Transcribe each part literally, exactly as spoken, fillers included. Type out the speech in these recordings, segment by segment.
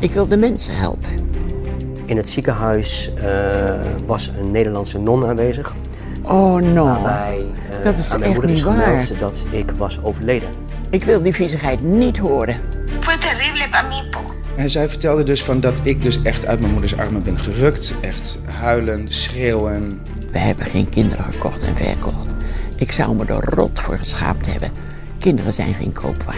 Ik wil de mensen helpen. In het ziekenhuis uh, was een Nederlandse non aanwezig. Oh no, waarbij, uh, dat is aan mijn echt moeder is niet waar. gemeld dat ik was overleden. Ik wil die viezigheid niet horen. Fue terrible para mí, po. En zij vertelde dus van dat ik dus echt uit mijn moeders armen ben gerukt. Echt huilen, schreeuwen. We hebben geen kinderen gekocht en verkocht. Ik zou me er rot voor geschaamd hebben. Kinderen zijn geen koopwaar.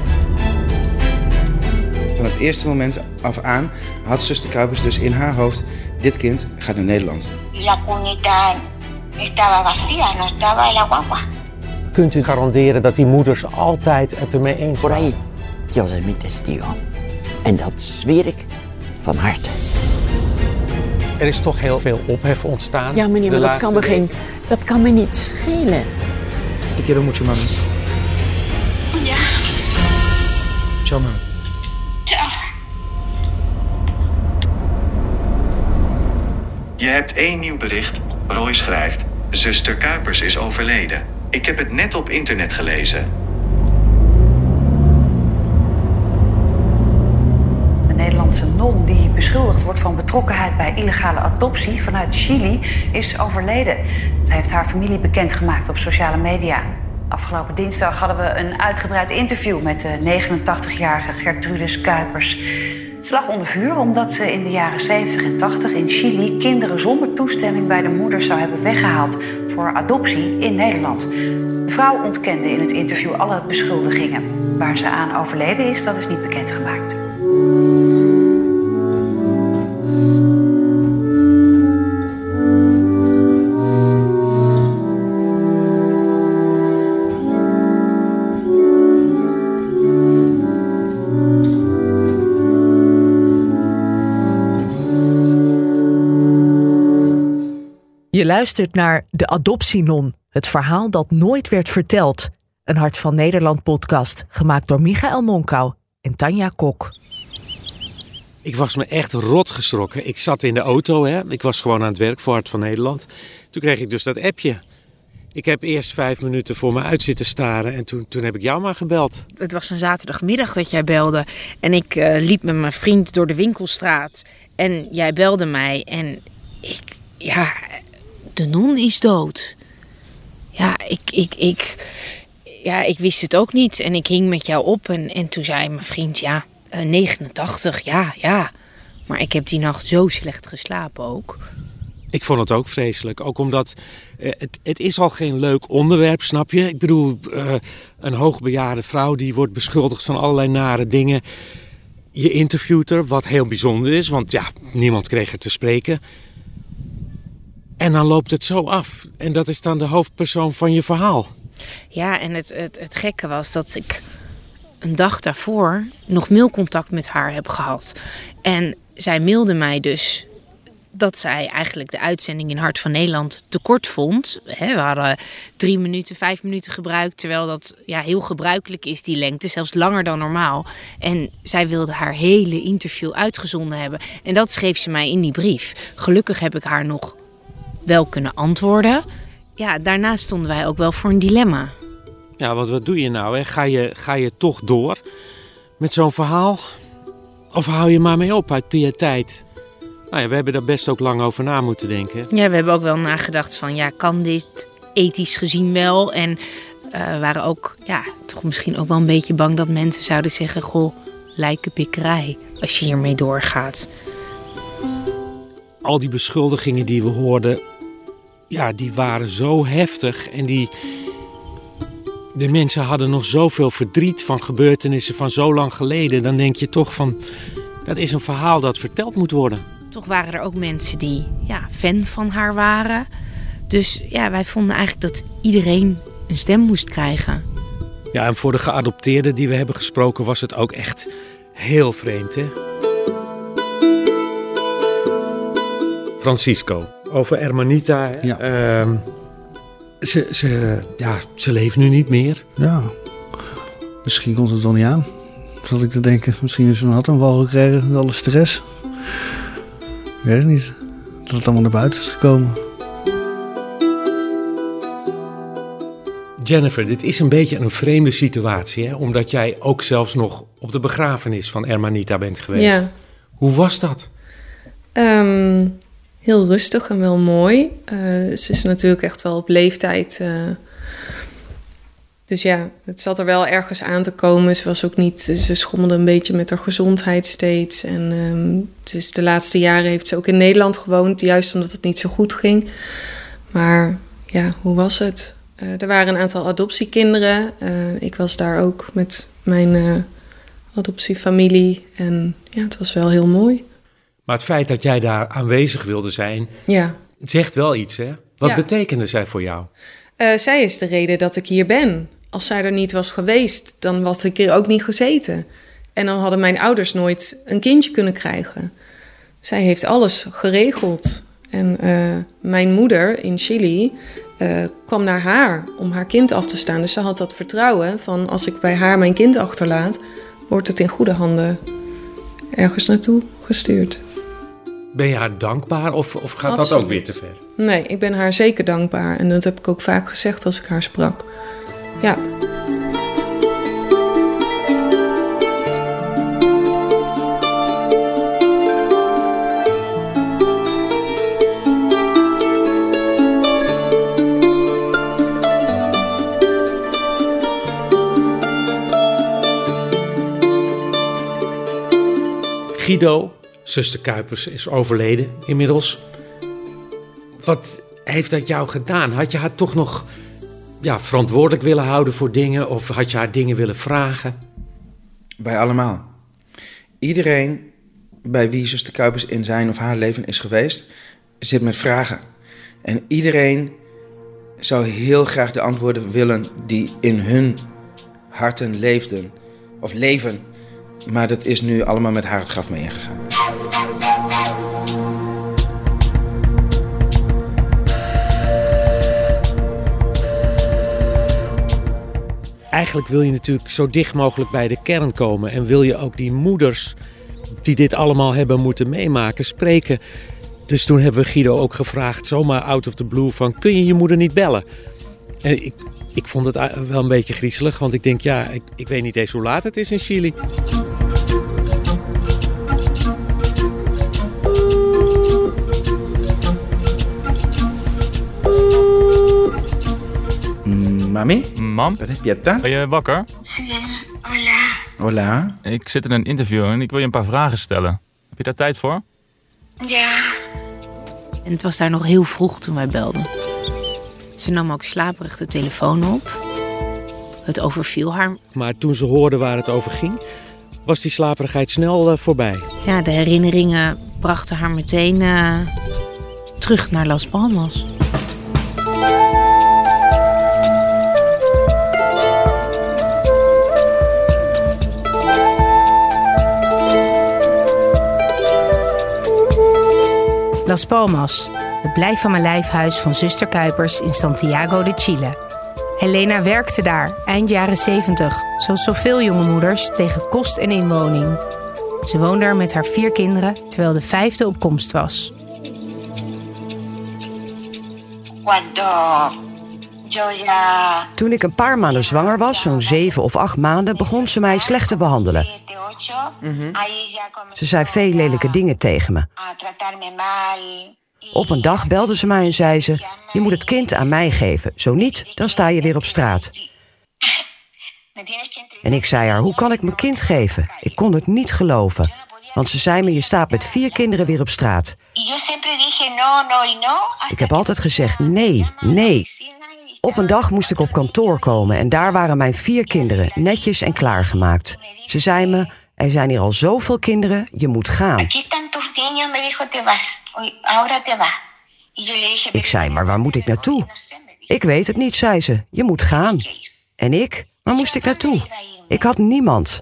Van het eerste moment af aan had zuster Kuipers dus in haar hoofd: dit kind gaat naar Nederland. La cunita estaba vacía, no estaba la guagua. Kunt u garanderen dat die moeders altijd het ermee eens Por waren? ahí, Dios es mi testigo. En dat zweer ik van harte. Er is toch heel veel ophef ontstaan. Ja, meneer, maar dat kan, me geen, dat kan me niet schelen. Ik quiero mucho, mami. Ya. Ciao, mami. Chao. Je hebt één nieuw bericht. Roy schrijft: zuster Kuipers is overleden. Ik heb het net op internet gelezen. Een Nederlandse non die beschuldigd wordt van betrokkenheid bij illegale adoptie vanuit Chili is overleden. Dat heeft haar familie bekendgemaakt op sociale media. Afgelopen dinsdag hadden we een uitgebreid interview met de negenentachtigjarige Gertrudis Kuipers. Ze lag onder vuur omdat ze in de jaren zeventig en tachtig in Chili kinderen zonder toestemming bij de moeder zou hebben weggehaald voor adoptie in Nederland. De vrouw ontkende in het interview alle beschuldigingen. Waar ze aan overleden is, dat is niet bekendgemaakt. Je luistert naar De Adoptienon, het verhaal dat nooit werd verteld. Een Hart van Nederland podcast, gemaakt door Michael Monkau en Tanja Kok. Ik was me echt rot geschrokken. Ik zat in de auto, hè. Ik was gewoon aan het werk voor Hart van Nederland. Toen kreeg ik dus dat appje. Ik heb eerst vijf minuten voor me uit zitten staren en toen, toen heb ik jou maar gebeld. Het was een zaterdagmiddag dat jij belde en ik uh, liep met mijn vriend door de winkelstraat. En jij belde mij en ik, ja... De non is dood. Ja, ik, ik, ik, ja, ik wist het ook niet. En ik hing met jou op. En, en toen zei mijn vriend, ja, uh, negenentachtig, ja, ja. Maar ik heb die nacht zo slecht geslapen ook. Ik vond het ook vreselijk. Ook omdat uh, het, het is al geen leuk onderwerp, snap je? Ik bedoel, uh, een hoogbejaarde vrouw die wordt beschuldigd van allerlei nare dingen. Je interviewt haar, wat heel bijzonder is. Want ja, niemand kreeg haar te spreken. En dan loopt het zo af. En dat is dan de hoofdpersoon van je verhaal. Ja, en het, het, het gekke was dat ik een dag daarvoor nog mailcontact met haar heb gehad. En zij mailde mij dus dat zij eigenlijk de uitzending in Hart van Nederland te kort vond. We hadden drie minuten, vijf minuten gebruikt. Terwijl dat ja, heel gebruikelijk is, die lengte. Zelfs langer dan normaal. En zij wilde haar hele interview uitgezonden hebben. En dat schreef ze mij in die brief. Gelukkig heb ik haar nog wel kunnen antwoorden. Ja, daarna stonden wij ook wel voor een dilemma. Ja, want wat doe je nou? Hè? Ga je, ga je toch door met zo'n verhaal? Of hou je maar mee op uit piëteit? Nou ja, we hebben daar best ook lang over na moeten denken. Ja, we hebben ook wel nagedacht van, ja, kan dit ethisch gezien wel? En uh, we waren ook, ja, toch misschien ook wel een beetje bang dat mensen zouden zeggen, goh, lijkenpikkerij als je hiermee doorgaat. Al die beschuldigingen die we hoorden, ja, die waren zo heftig. En die, de mensen hadden nog zoveel verdriet van gebeurtenissen van zo lang geleden. Dan denk je toch van, dat is een verhaal dat verteld moet worden. Toch waren er ook mensen die ja, fan van haar waren. Dus ja, wij vonden eigenlijk dat iedereen een stem moest krijgen. Ja, en voor de geadopteerden die we hebben gesproken was het ook echt heel vreemd, hè? Francisco, over Hermanita. Ja. Uh, ze, ze, ja, ze leeft nu niet meer. Ja, misschien komt het wel niet aan. Zat ik te denken, misschien is ze een hartaanval gekregen met alle stress. Ik weet het niet. Dat het allemaal naar buiten is gekomen. Jennifer, dit is een beetje een vreemde situatie, hè? Omdat jij ook zelfs nog op de begrafenis van Hermanita bent geweest. Ja, Hoe was dat? Um, heel rustig en wel mooi. Uh, ze is natuurlijk echt wel op leeftijd. Uh, dus ja, het zat er wel ergens aan te komen. Ze was ook niet. Ze schommelde een beetje met haar gezondheid steeds. En um, dus de laatste jaren heeft ze ook in Nederland gewoond, juist omdat het niet zo goed ging. Maar ja, hoe was het? Uh, er waren een aantal adoptiekinderen. Uh, ik was daar ook met mijn uh, adoptiefamilie. En ja, het was wel heel mooi. Maar het feit dat jij daar aanwezig wilde zijn, ja. zegt wel iets, hè? Wat ja. betekende zij voor jou? Uh, zij is de reden dat ik hier ben. Als zij er niet was geweest, dan was ik hier ook niet gezeten. En dan hadden mijn ouders nooit een kindje kunnen krijgen. Zij heeft alles geregeld. En uh, mijn moeder in Chili uh, kwam naar haar om haar kind af te staan. Dus ze had dat vertrouwen van als ik bij haar mijn kind achterlaat, wordt het in goede handen ergens naartoe gestuurd. Ben je haar dankbaar of, of gaat Absoluut. Dat ook weer te ver? Nee, ik ben haar zeker dankbaar. En dat heb ik ook vaak gezegd als ik haar sprak. Ja. Guido, zuster Kuipers, is overleden inmiddels. Wat heeft dat jou gedaan? Had je haar toch nog ja, verantwoordelijk willen houden voor dingen? Of had je haar dingen willen vragen? Wij allemaal. Iedereen bij wie zuster Kuipers in zijn of haar leven is geweest, zit met vragen. En iedereen zou heel graag de antwoorden willen die in hun harten leefden. Of leven. Maar dat is nu allemaal met haar het graf mee ingegaan. Eigenlijk wil je natuurlijk zo dicht mogelijk bij de kern komen. En wil je ook die moeders die dit allemaal hebben moeten meemaken spreken. Dus toen hebben we Guido ook gevraagd, zomaar out of the blue, van kun je je moeder niet bellen? En ik, ik vond het wel een beetje griezelig, want ik denk ja, ik, ik weet niet eens hoe laat het is in Chili. Mami? Mam? Wat heb je daar? Ben je wakker? Sí, hola. Hola. Ik zit in een interview en ik wil je een paar vragen stellen. Heb je daar tijd voor? Ja. En het was daar nog heel vroeg toen wij belden. Ze nam ook slaperig de telefoon op. Het overviel haar. Maar toen ze hoorde waar het over ging, was die slaperigheid snel uh, voorbij. Ja, de herinneringen brachten haar meteen uh, terug naar Las Palmas. Las Palmas, het blijf van mijn lijfhuis van zuster Kuipers in Santiago de Chile. Helena werkte daar eind jaren zeventig, zoals zoveel jonge moeders, tegen kost en inwoning. Ze woonde er met haar vier kinderen, terwijl de vijfde op komst was. Toen ik een paar maanden zwanger was, zo'n zeven of acht maanden, begon ze mij slecht te behandelen. Mm-hmm. Ze zei veel lelijke dingen tegen me. Op een dag belde ze mij en zei ze, je moet het kind aan mij geven. Zo niet, dan sta je weer op straat. En ik zei haar, hoe kan ik mijn kind geven? Ik kon het niet geloven. Want ze zei me, je staat met vier kinderen weer op straat. Ik heb altijd gezegd, nee, nee. Op een dag moest ik op kantoor komen en daar waren mijn vier kinderen, netjes en klaargemaakt. Ze zei me, er zijn hier al zoveel kinderen, je moet gaan. Ik zei, maar waar moet ik naartoe? Ik weet het niet, zei ze, je moet gaan. En ik, waar moest ik naartoe? Ik had niemand.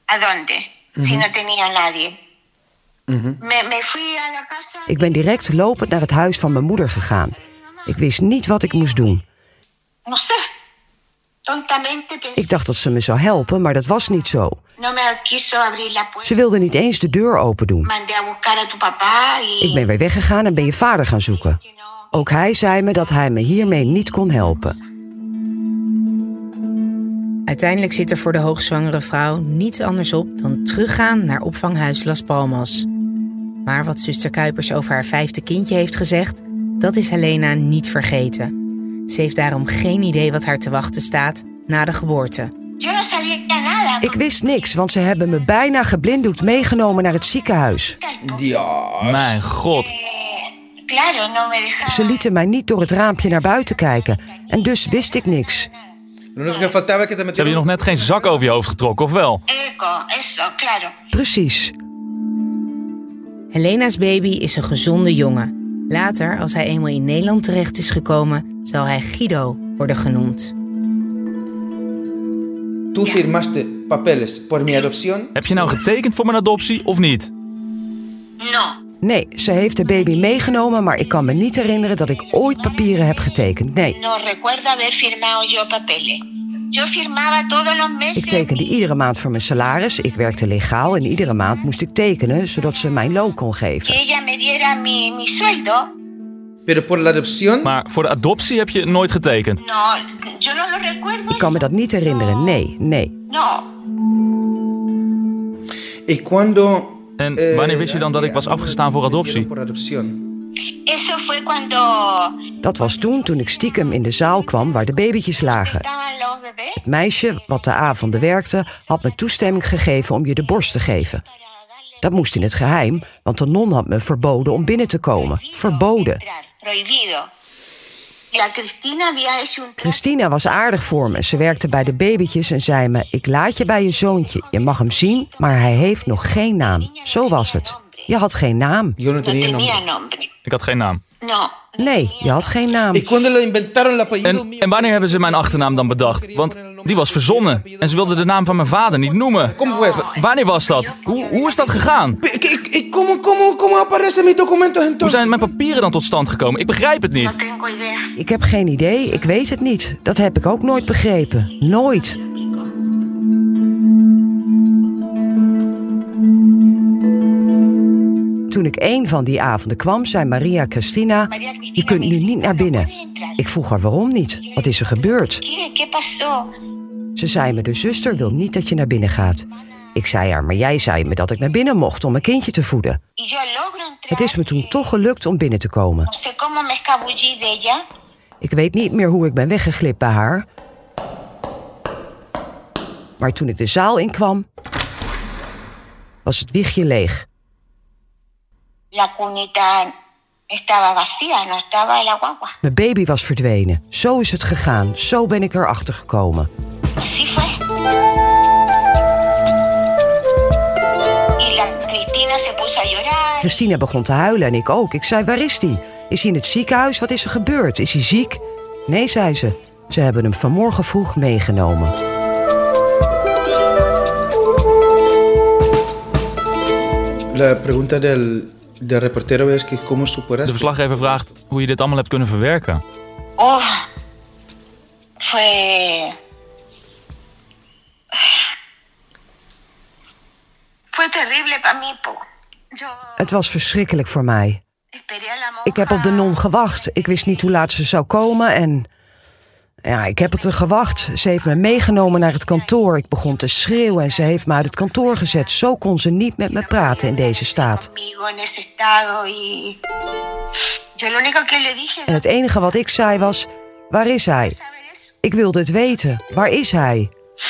Mm-hmm. Ik ben direct lopend naar het huis van mijn moeder gegaan. Ik wist niet wat ik moest doen. Ik dacht dat ze me zou helpen, maar dat was niet zo. Ze wilde niet eens de deur open doen. Ik ben weer weggegaan en ben je vader gaan zoeken. Ook hij zei me dat hij me hiermee niet kon helpen. Uiteindelijk zit er voor de hoogzwangere vrouw niets anders op dan teruggaan naar opvanghuis Las Palmas. Maar wat zuster Kuipers over haar vijfde kindje heeft gezegd, dat is Helena niet vergeten. Ze heeft daarom geen idee wat haar te wachten staat na de geboorte. Ik wist niks, want ze hebben me bijna geblinddoekt meegenomen naar het ziekenhuis. Ja. Mijn god. Ze lieten mij niet door het raampje naar buiten kijken. En dus wist ik niks. Ze hebben je nog net geen zak over je hoofd getrokken, of wel? Precies. Helena's baby is een gezonde jongen. Later, als hij eenmaal in Nederland terecht is gekomen, zal hij Guido worden genoemd. Tú firmaste papeles por mi adopción. Heb je nou getekend voor mijn adoptie of niet? Nee, ze heeft de baby meegenomen, maar ik kan me niet herinneren dat ik ooit papieren heb getekend. Nee. Ik tekende iedere maand voor mijn salaris. Ik werkte legaal en iedere maand moest ik tekenen, zodat ze mijn loon kon geven. Maar voor de adoptie heb je nooit getekend? Ik kan me dat niet herinneren, nee, nee. En wanneer wist je dan dat ik was afgestaan voor adoptie? Dat was toen, toen ik stiekem in de zaal kwam waar de babytjes lagen. Het meisje, wat de avonden werkte, had me toestemming gegeven om je de borst te geven. Dat moest in het geheim, want de non had me verboden om binnen te komen. Verboden. Christina was aardig voor me. Ze werkte bij de babytjes en zei me: ik laat je bij je zoontje. Je mag hem zien, maar hij heeft nog geen naam. Zo was het. Je had geen naam. Ik had geen naam. Nee, je had geen naam. En, en wanneer hebben ze mijn achternaam dan bedacht? Want die was verzonnen. En ze wilden de naam van mijn vader niet noemen. W- wanneer was dat? Hoe, hoe is dat gegaan? Hoe zijn mijn papieren dan tot stand gekomen? Ik begrijp het niet. Ik heb geen idee. Ik weet het niet. Dat heb ik ook nooit begrepen. Nooit. Toen ik een van die avonden kwam, zei Maria Cristina: je kunt nu niet naar binnen. Ik vroeg haar waarom niet. Wat is er gebeurd? Ze zei me: de zuster wil niet dat je naar binnen gaat. Ik zei haar: maar jij zei me dat ik naar binnen mocht om mijn kindje te voeden. Het is me toen toch gelukt om binnen te komen. Ik weet niet meer hoe ik ben weggeglipt bij haar. Maar toen ik de zaal inkwam, was het wiegje leeg. Mijn baby was verdwenen. Zo is het gegaan. Zo ben ik erachter gekomen. Christina begon te huilen en ik ook. Ik zei: waar is hij? Is hij in het ziekenhuis? Wat is er gebeurd? Is hij ziek? Nee, zei ze. Ze hebben hem vanmorgen vroeg meegenomen. La pregunta del, del reportero es que cómo superaste. De verslaggever vraagt hoe je dit allemaal hebt kunnen verwerken. Oh, fue... Fue terrible para mí, po. Het was verschrikkelijk voor mij. Ik heb op de non gewacht. Ik wist niet hoe laat ze zou komen en... Ja, ik heb het er gewacht. Ze heeft me meegenomen naar het kantoor. Ik begon te schreeuwen en ze heeft me uit het kantoor gezet. Zo kon ze niet met me praten in deze staat. En het enige wat ik zei was: waar is hij? Ik wilde het weten. Waar is hij?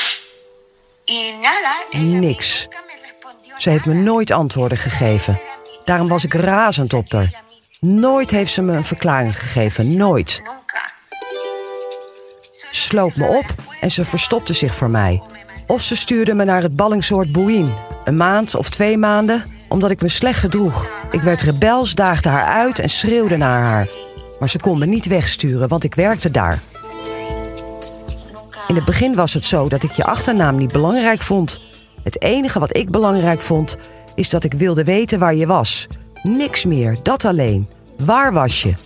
Niks. Ze heeft me nooit antwoorden gegeven. Daarom was ik razend op haar. Nooit heeft ze me een verklaring gegeven. Nooit. Ze sloot me op en ze verstopte zich voor mij. Of ze stuurde me naar het ballingsoord Boeien. Een maand of twee maanden, omdat ik me slecht gedroeg. Ik werd rebels, daagde haar uit en schreeuwde naar haar. Maar ze kon me niet wegsturen, want ik werkte daar. In het begin was het zo dat ik je achternaam niet belangrijk vond. Het enige wat ik belangrijk vond, is dat ik wilde weten waar je was. Niks meer, dat alleen. Waar was je?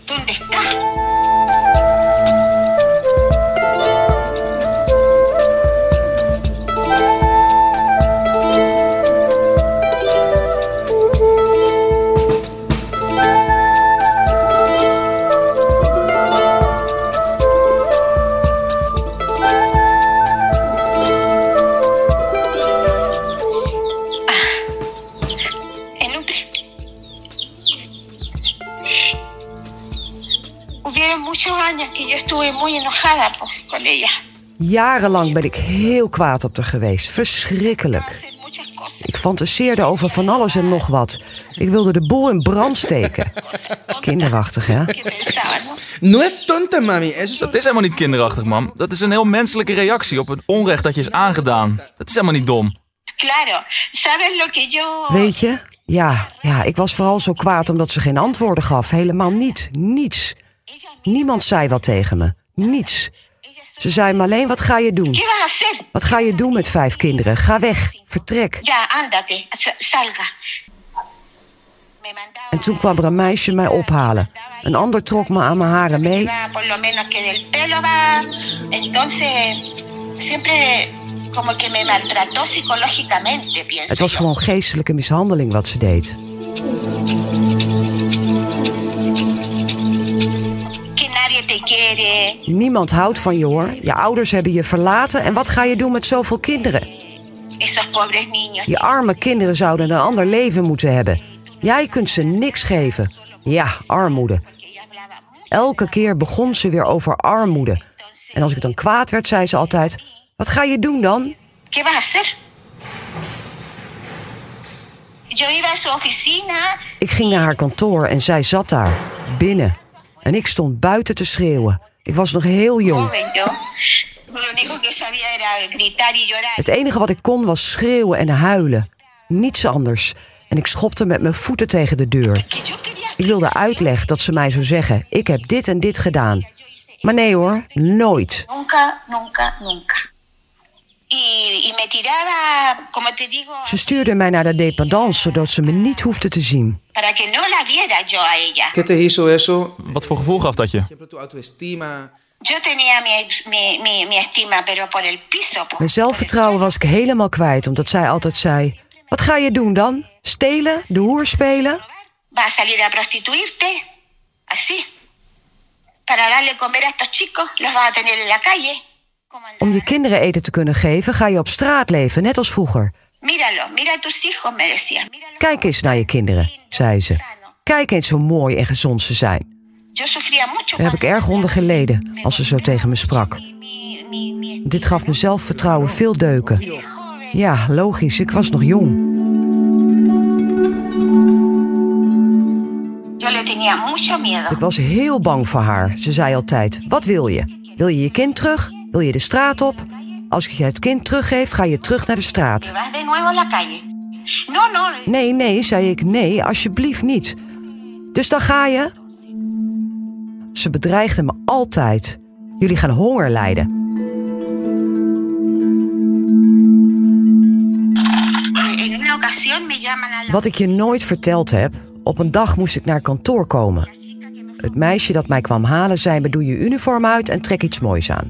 estuve muy enojada con ella. Jarenlang ben ik heel kwaad op haar geweest. Verschrikkelijk. Ik fantaseerde over van alles en nog wat. Ik wilde de boel in brand steken. Kinderachtig, hè? No es tonta, mami. Dat is helemaal niet kinderachtig, mam. Dat is een heel menselijke reactie op het onrecht dat je is aangedaan. Dat is helemaal niet dom. Weet je? Ja, ja, ik was vooral zo kwaad omdat ze geen antwoorden gaf. Helemaal niet. Niets. Niemand zei wat tegen me. Niets. Ze zei me alleen, wat ga je doen? Wat ga je doen met vijf kinderen? Ga weg. Vertrek. En toen kwam er een meisje mij ophalen. Een ander trok me aan mijn haren mee. Het was gewoon geestelijke mishandeling wat ze deed. Niemand houdt van je, hoor. Je ouders hebben je verlaten en wat ga je doen met zoveel kinderen? Je arme kinderen zouden een ander leven moeten hebben. Jij kunt ze niks geven. Ja, armoede. Elke keer begon ze weer over armoede. En als ik dan kwaad werd, zei ze altijd... Wat ga je doen dan? Ik ging naar haar kantoor en zij zat daar, binnen. En ik stond buiten te schreeuwen. Ik was nog heel jong. Het enige wat ik kon was schreeuwen en huilen. Niets anders. En ik schopte met mijn voeten tegen de deur. Ik wilde uitleg dat ze mij zou zeggen... ik heb dit en dit gedaan. Maar nee hoor, nooit. Nunca, nunca, nunca. Ze stuurde mij naar de dependance, zodat ze me niet hoefde te zien. Wat voor gevoel gaf dat je? Mijn zelfvertrouwen was ik helemaal kwijt, omdat zij altijd zei... Wat ga je doen dan? Stelen? De hoer spelen? Om je kinderen eten te kunnen geven, ga je op straat leven, net als vroeger. Kijk eens naar je kinderen, zei ze. Kijk eens hoe mooi en gezond ze zijn. Daar heb ik erg onder geleden, als ze zo tegen me sprak. Dit gaf me zelfvertrouwen veel deuken. Ja, logisch, ik was nog jong. Ik was heel bang voor haar. Ze zei altijd, wat wil je? Wil je je kind terug? Wil je de straat op? Als ik je het kind teruggeef, ga je terug naar de straat. Nee, nee, zei ik. Nee, alsjeblieft niet. Dus dan ga je? Ze bedreigde me altijd. Jullie gaan honger lijden. Wat ik je nooit verteld heb... Op een dag moest ik naar kantoor komen. Het meisje dat mij kwam halen zei me, doe je uniform uit en trek iets moois aan.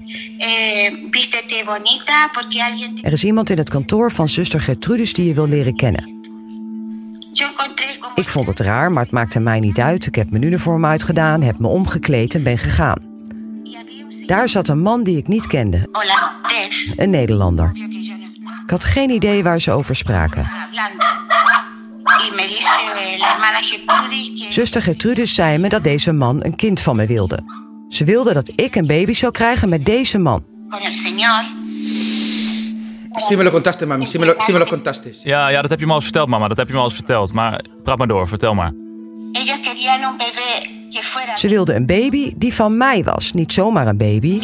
Er is iemand in het kantoor van zuster Gertrudis die je wil leren kennen. Ik vond het raar, maar het maakte mij niet uit. Ik heb mijn uniform uitgedaan, heb me omgekleed en ben gegaan. Daar zat een man die ik niet kende. Een Nederlander. Ik had geen idee waar ze over spraken. Zuster Gertrudis zei me dat deze man een kind van me wilde. Ze wilde dat ik een baby zou krijgen met deze man. Sí me lo contaste, mami. Sí me lo, sí me lo contaste. Ja, ja, dat heb je me al eens verteld, mama. Dat heb je me al eens verteld. Maar praat maar door, vertel maar. Ze wilde een baby die van mij was. Niet zomaar een baby.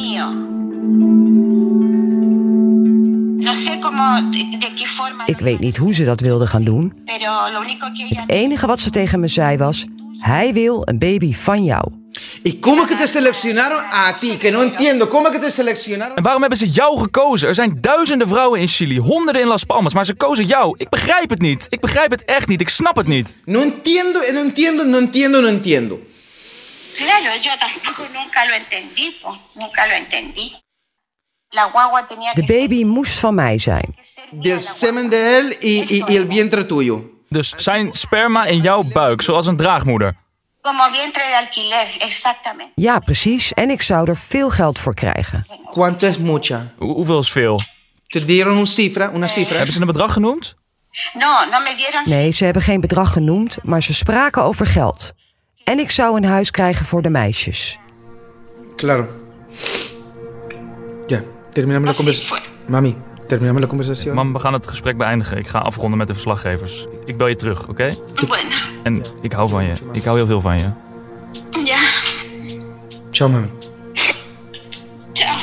Ik weet niet hoe ze dat wilde gaan doen. Het enige wat ze tegen me zei was... Hij wil een baby van jou. ¿Y cómo que te seleccionaron a ti? Que no entiendo. ¿Cómo que te seleccionaron? En waarom hebben ze jou gekozen? Er zijn duizenden vrouwen in Chili, honderden in Las Palmas, maar ze kozen jou. Ik begrijp het niet. Ik begrijp het echt niet. Ik snap het niet. No entiendo, no entiendo, no entiendo, no entiendo. Claro, yo tampoco nunca lo entendí, nunca lo entendí. De baby moest van mij zijn. Del semen de él y, y, y el vientre tuyo. Dus zijn sperma in jouw buik, zoals een draagmoeder. Como vientre de alquiler, exactamente. Ja, precies. En ik zou er veel geld voor krijgen. ¿Cuánto es mucha? Hoe, hoeveel is veel? Te dieron un cifra, una cifra. Hebben ze een bedrag genoemd? No, no me dieron... Nee, ze hebben geen bedrag genoemd, maar ze spraken over geld. En ik zou een huis krijgen voor de meisjes. Claro. Ja, terminamos la conversación. Mami, terminamos la conversación. Mam, we gaan het gesprek beëindigen. Ik ga afronden met de verslaggevers. Ik bel je terug, oké? Okay? En ik hou van je. Ik hou heel veel van je. Ja. Ciao, mami. Ciao.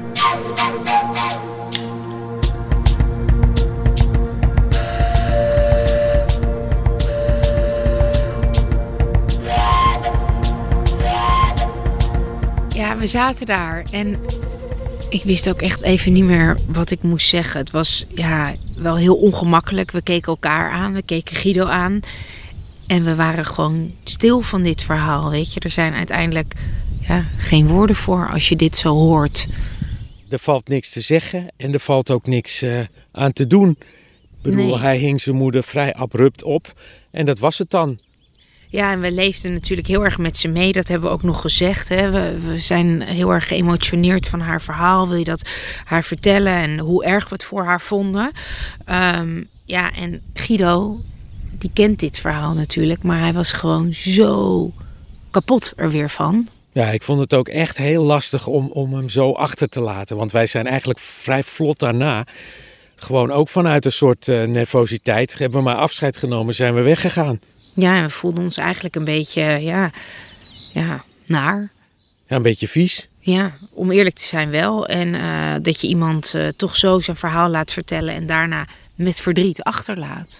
Ja, we zaten daar en ik wist ook echt even niet meer wat ik moest zeggen. Het was ja, wel heel ongemakkelijk. We keken elkaar aan, we keken Guido aan. En we waren gewoon stil van dit verhaal, weet je. Er zijn uiteindelijk ja, geen woorden voor als je dit zo hoort. Er valt niks te zeggen en er valt ook niks uh, aan te doen. Ik bedoel, nee. Hij hing zijn moeder vrij abrupt op en dat was het dan. Ja, en we leefden natuurlijk heel erg met ze mee. Dat hebben we ook nog gezegd. Hè. We, we zijn heel erg geëmotioneerd van haar verhaal. Wil je dat haar vertellen en hoe erg we het voor haar vonden? Um, ja, en Guido, die kent dit verhaal natuurlijk. Maar hij was gewoon zo kapot er weer van. Ja, ik vond het ook echt heel lastig om, om hem zo achter te laten. Want wij zijn eigenlijk vrij vlot daarna... gewoon ook vanuit een soort uh, nervositeit... hebben we maar afscheid genomen, zijn we weggegaan. Ja, we voelden ons eigenlijk een beetje, ja, ja, naar. Ja, een beetje vies. Ja, om eerlijk te zijn wel. En uh, dat je iemand uh, toch zo zijn verhaal laat vertellen en daarna met verdriet achterlaat.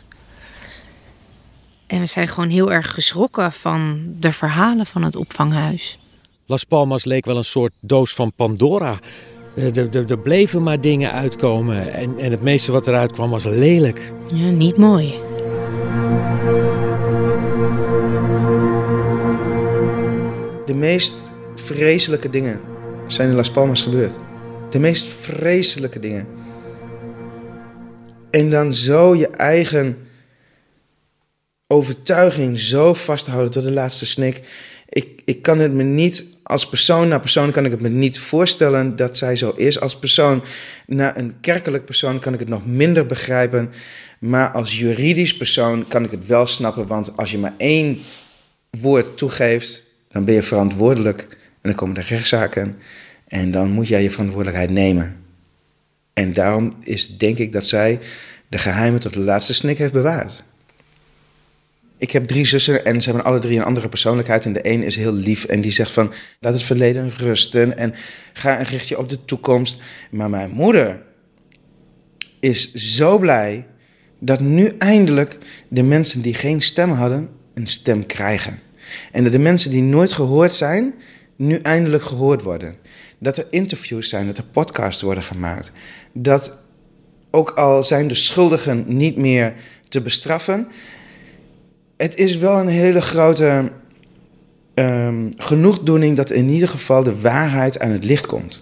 En we zijn gewoon heel erg geschrokken van de verhalen van het opvanghuis. Las Palmas leek wel een soort doos van Pandora. Er bleven maar dingen uitkomen en, en het meeste wat eruit kwam was lelijk. Ja, niet mooi. De meest vreselijke dingen zijn in Las Palmas gebeurd. De meest vreselijke dingen. En dan zo je eigen overtuiging zo vasthouden tot de laatste snik. Ik, ik kan het me niet, als persoon naar persoon kan ik het me niet voorstellen dat zij zo is. Als persoon naar een kerkelijk persoon kan ik het nog minder begrijpen. Maar als juridisch persoon kan ik het wel snappen. Want als je maar één woord toegeeft, dan ben je verantwoordelijk. En dan komen er rechtszaken. En dan moet jij je verantwoordelijkheid nemen. En daarom is denk ik dat zij de geheimen tot de laatste snik heeft bewaard. Ik heb drie zussen en ze hebben alle drie een andere persoonlijkheid. En de een is heel lief en die zegt van, laat het verleden rusten en ga en richt je op de toekomst. Maar mijn moeder is zo blij dat nu eindelijk de mensen die geen stem hadden, een stem krijgen. En dat de mensen die nooit gehoord zijn, nu eindelijk gehoord worden. Dat er interviews zijn, dat er podcasts worden gemaakt. Dat ook al zijn de schuldigen niet meer te bestraffen, het is wel een hele grote um, genoegdoening dat in ieder geval de waarheid aan het licht komt.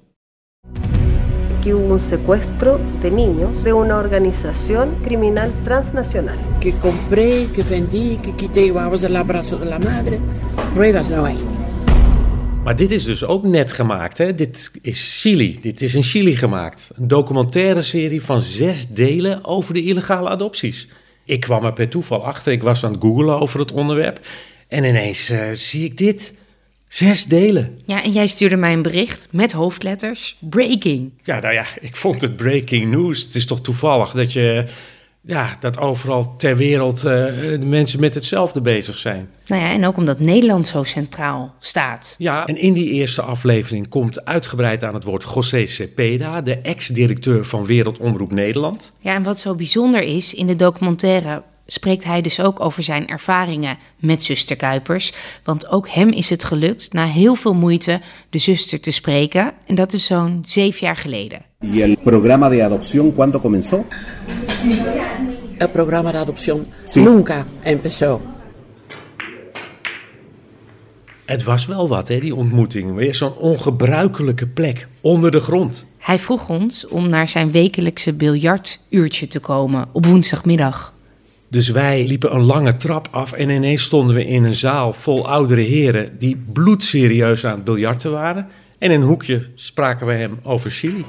Que hubo un secuestro de niños de una organización criminal transnacional. Que compré, que vendí, que quité huevos del abrazo de la madre. Pruebas no hay. Maar dit is dus ook net gemaakt, hè? Dit is Chili. Dit is in Chili gemaakt. Een documentaire serie van zes delen over de illegale adopties. Ik kwam er per toeval achter. Ik was aan het googlen over het onderwerp. En ineens uh, zie ik dit. Zes delen. Ja, en jij stuurde mij een bericht met hoofdletters. Breaking. Ja, nou ja, ik vond het breaking news. Het is toch toevallig dat je... Ja, dat overal ter wereld uh, de mensen met hetzelfde bezig zijn. Nou ja, en ook omdat Nederland zo centraal staat. Ja, en in die eerste aflevering komt uitgebreid aan het woord José Cepeda, de ex-directeur van Wereldomroep Nederland. Ja, en wat zo bijzonder is, in de documentaire spreekt hij dus ook over zijn ervaringen met zuster Kuipers. Want ook hem is het gelukt na heel veel moeite de zuster te spreken. En dat is zo'n zeven jaar geleden. ¿Y el programa de adopción cuándo comenzó? El programa de adopción sí. Nunca empezó. Het was wel wat, hè, die ontmoeting. Weer zo'n ongebruikelijke plek, onder de grond. Hij vroeg ons om naar zijn wekelijkse biljartuurtje te komen op woensdagmiddag. Dus wij liepen een lange trap af en ineens stonden we in een zaal vol oudere heren die bloedserieus aan het biljarten waren. En in een hoekje spraken we hem over Chili.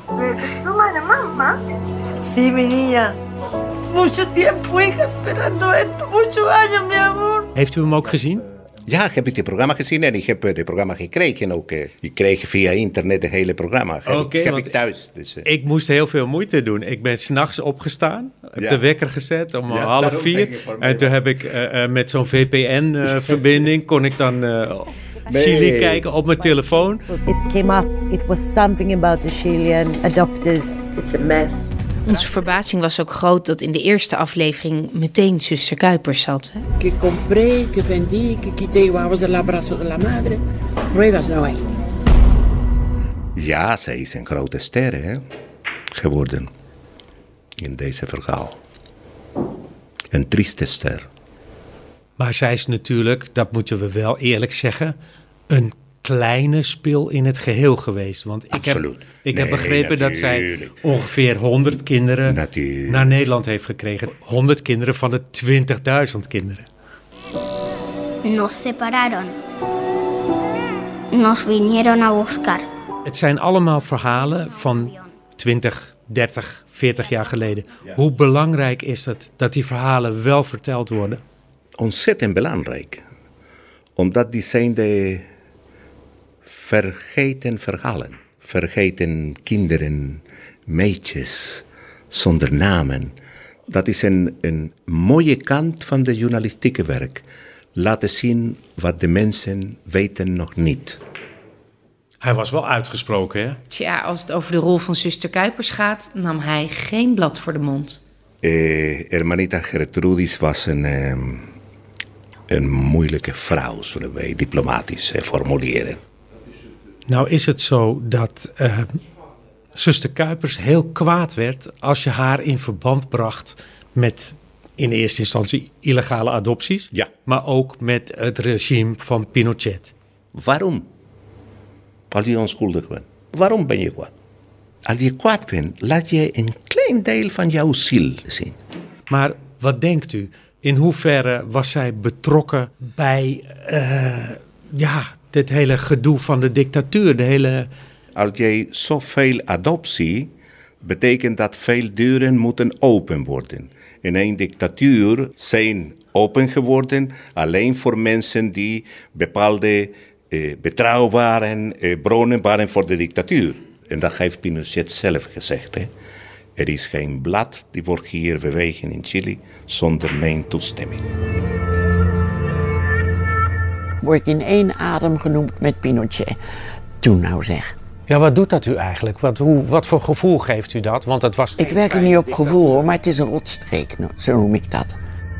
Sí, mi niña. Mucho tiempo hija esperando esto, muchos años, mi amor. Heeft u hem ook gezien? Ja, heb ik het programma gezien en ik heb het programma gekregen ook. Ik kreeg via internet het hele programma. Heb, okay, ik, heb ik thuis. Dus, uh. Ik moest heel veel moeite doen. Ik ben 's nachts opgestaan, heb ja. de wekker gezet om ja, half vier. En toen heb ik uh, uh, met zo'n V P N-verbinding, uh, kon ik dan uh, nee. Chili kijken op mijn telefoon. It came up, it was something about the Chilean adopters. It's a mess. Onze verbazing was ook groot dat in de eerste aflevering meteen zuster Kuipers zat. Hè? Que compré, que vendí, que quité guavos del abrazo de la madre. Pruebas no hay. Ja, zij is een grote ster hè, geworden in deze verhaal. Een trieste ster. Maar zij is natuurlijk, dat moeten we wel eerlijk zeggen, een kleine spil in het geheel geweest. Want ik Absoluut. heb, ik nee, heb begrepen natuurlijk. dat zij ongeveer honderd kinderen natuurlijk. naar Nederland heeft gekregen. honderd kinderen van de twintigduizend kinderen. Nos separaron. Nos vinieron a buscar. Het zijn allemaal verhalen van twintig, dertig, veertig jaar geleden. Ja. Hoe belangrijk is het dat die verhalen wel verteld worden? Ontzettend belangrijk. Omdat die zijn de vergeten verhalen. Vergeten kinderen, meisjes, zonder namen. Dat is een, een mooie kant van de journalistieke werk. Laten zien wat de mensen weten nog niet. Hij was wel uitgesproken, hè? Tja, als het over de rol van zuster Kuipers gaat, nam hij geen blad voor de mond. Eh, Hermanita Gertrudis was een, um, een moeilijke vrouw, zullen wij diplomatisch uh, formuleren. Nou is het zo dat uh, zuster Kuipers heel kwaad werd als je haar in verband bracht met in eerste instantie illegale adopties, ja. maar ook met het regime van Pinochet. Waarom? Als je onschuldig bent. Waarom ben je kwaad? Als je kwaad bent, laat je een klein deel van jouw ziel zien. Maar wat denkt u? In hoeverre was zij betrokken bij uh, ja, dit hele gedoe van de dictatuur? De hele... Als je zoveel adoptie, betekent dat veel deuren moeten open worden. In een dictatuur zijn open geworden alleen voor mensen die bepaalde eh, betrouwbare eh, bronnen waren voor de dictatuur. En dat heeft Pinochet zelf gezegd. Hè. Er is geen blad die wordt hier bewegen in Chili zonder mijn toestemming. Word ik in één adem genoemd met Pinochet. Toen nou zeg. Ja, wat doet dat u eigenlijk? Wat, hoe, wat voor gevoel geeft u dat? Want het was ik werk er niet op gevoel hoor, maar het is een rotstreek, zo noem ik dat.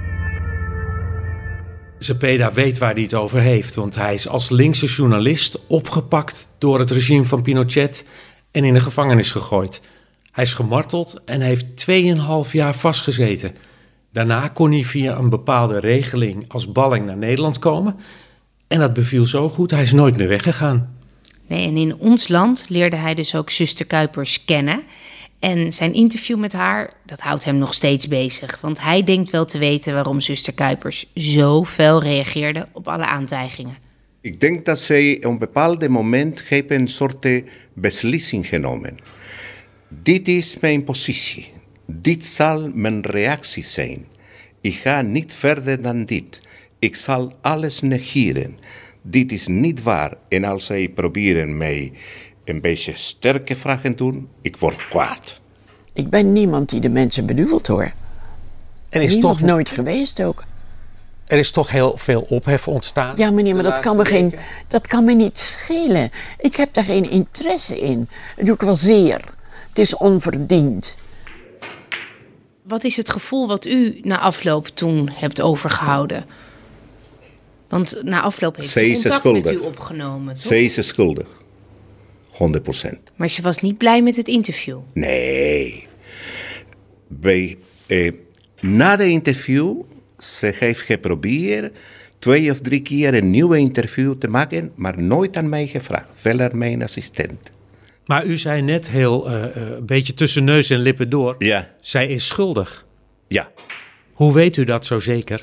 Cepeda weet waar hij het over heeft, want hij is als linkse journalist opgepakt door het regime van Pinochet en in de gevangenis gegooid. Hij is gemarteld en heeft tweeënhalf jaar vastgezeten. Daarna kon hij via een bepaalde regeling als balling naar Nederland komen. En dat beviel zo goed, hij is nooit meer weggegaan. Nee, en in ons land leerde hij dus ook zuster Kuipers kennen. En zijn interview met haar, dat houdt hem nog steeds bezig. Want hij denkt wel te weten waarom zuster Kuipers zo fel reageerde op alle aantijgingen. Ik denk dat zij op een bepaald moment heeft een soort beslissing genomen. Dit is mijn positie. Dit zal mijn reactie zijn. Ik ga niet verder dan dit. Ik zal alles negeren. Dit is niet waar. En als zij proberen mij een beetje sterke vragen doen, ik word kwaad. Ik ben niemand die de mensen beduvelt hoor. Er is niemand toch nooit geweest ook. Er is toch heel veel ophef ontstaan? Ja meneer, maar dat kan, me geen, dat kan me niet schelen. Ik heb daar geen interesse in. Het doet wel zeer. Het is onverdiend. Wat is het gevoel wat u na afloop toen hebt overgehouden? Want na afloop heeft ze contact schuldig. met u opgenomen, toch? Zij is schuldig. honderd procent. Maar ze was niet blij met het interview? Nee. Bij, eh, na de interview, ze heeft geprobeerd twee of drie keer een nieuwe interview te maken, maar nooit aan mij gevraagd. Wel aan mijn assistent. Maar u zei net heel uh, een beetje tussen neus en lippen door. Ja. Zij is schuldig. Ja. Hoe weet u dat zo zeker?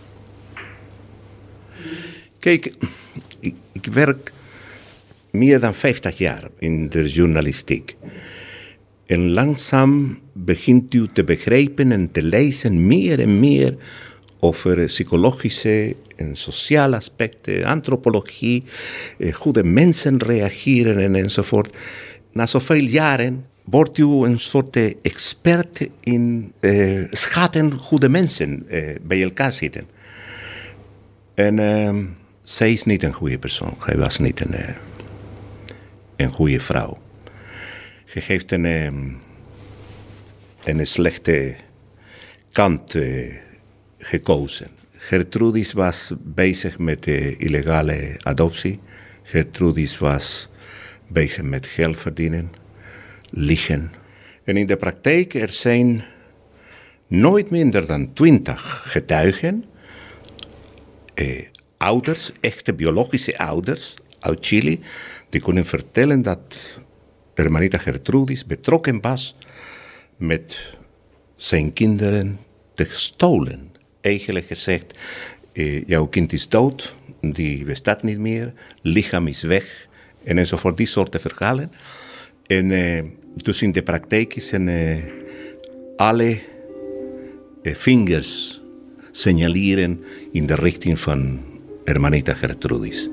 Kijk, ik, ik werk meer dan vijftig jaar in de journalistiek. En langzaam begint u te begrijpen en te lezen meer en meer over psychologische en sociale aspecten, antropologie, hoe de mensen reageren en enzovoort. Na zoveel jaren wordt u een soort expert in uh, schatten hoe de mensen uh, bij elkaar zitten. En uh, zij is niet een goede persoon. Zij was niet een, uh, een goede vrouw. Ze heeft een, uh, een slechte kant uh, gekozen. Gertrudis was bezig met de illegale adoptie. Gertrudis was bezig met geld verdienen, liegen. En in de praktijk er zijn nooit minder dan twintig getuigen, eh, ouders, echte biologische ouders uit Chili, die kunnen vertellen dat Hermanita Gertrudis betrokken was met zijn kinderen te gestolen. Eigenlijk gezegd, eh, jouw kind is dood, die bestaat niet meer, lichaam is weg, en enzovoort, die soorten verhalen. En uh, dus in de praktijk zijn uh, alle uh, vingers signaleren in de richting van Hermanita Gertrudis.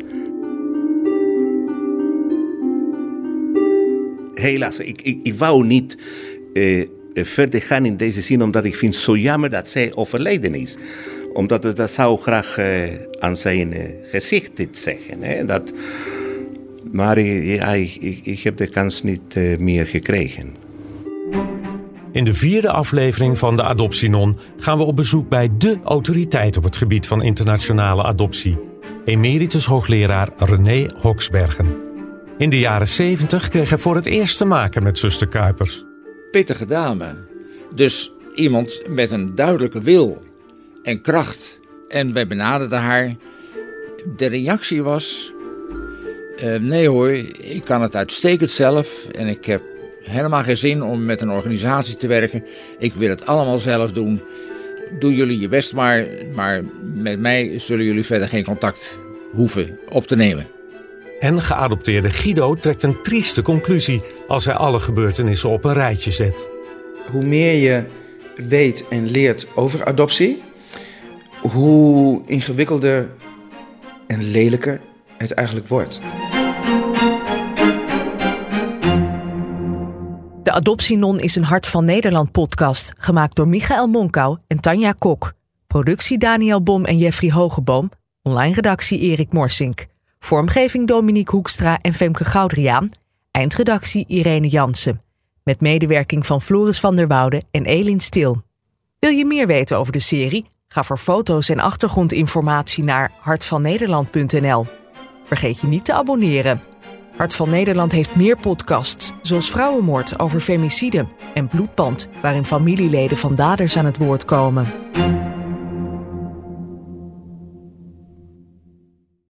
Helaas, ik, ik, ik wou niet uh, verder gaan in deze zin, omdat ik vind het zo jammer dat zij overleden is. Omdat het, dat zou graag uh, aan zijn uh, gezicht dit zeggen. Hè? Dat, maar ja, ik, ik, ik heb de kans niet uh, meer gekregen. In de vierde aflevering van de Adoptienon gaan we op bezoek bij dé autoriteit op het gebied van internationale adoptie. Emeritus hoogleraar René Hoksbergen. In de jaren zeventig kreeg hij voor het eerst te maken met zuster Kuipers. Pittige dame. Dus iemand met een duidelijke wil en kracht. En wij benaderden haar. De reactie was: Uh, nee hoor, ik kan het uitstekend zelf en ik heb helemaal geen zin om met een organisatie te werken. Ik wil het allemaal zelf doen. Doe jullie je best maar, maar met mij zullen jullie verder geen contact hoeven op te nemen. En geadopteerde Guido trekt een trieste conclusie als hij alle gebeurtenissen op een rijtje zet. Hoe meer je weet en leert over adoptie, hoe ingewikkelder en lelijker het eigenlijk wordt. De Adoptienon is een Hart van Nederland podcast, gemaakt door Michael Monkau en Tanja Kok. Productie Daniel Bom en Jeffrey Hogeboom. Online redactie Erik Morsink. Vormgeving Dominique Hoekstra en Femke Goudriaan. Eindredactie Irene Jansen. Met medewerking van Floris van der Woude en Elin Stil. Wil je meer weten over de serie? Ga voor foto's en achtergrondinformatie naar hartvannederland punt n l. Vergeet je niet te abonneren. Hart van Nederland heeft meer podcasts, zoals Vrouwenmoord over femicide en Bloedband, waarin familieleden van daders aan het woord komen.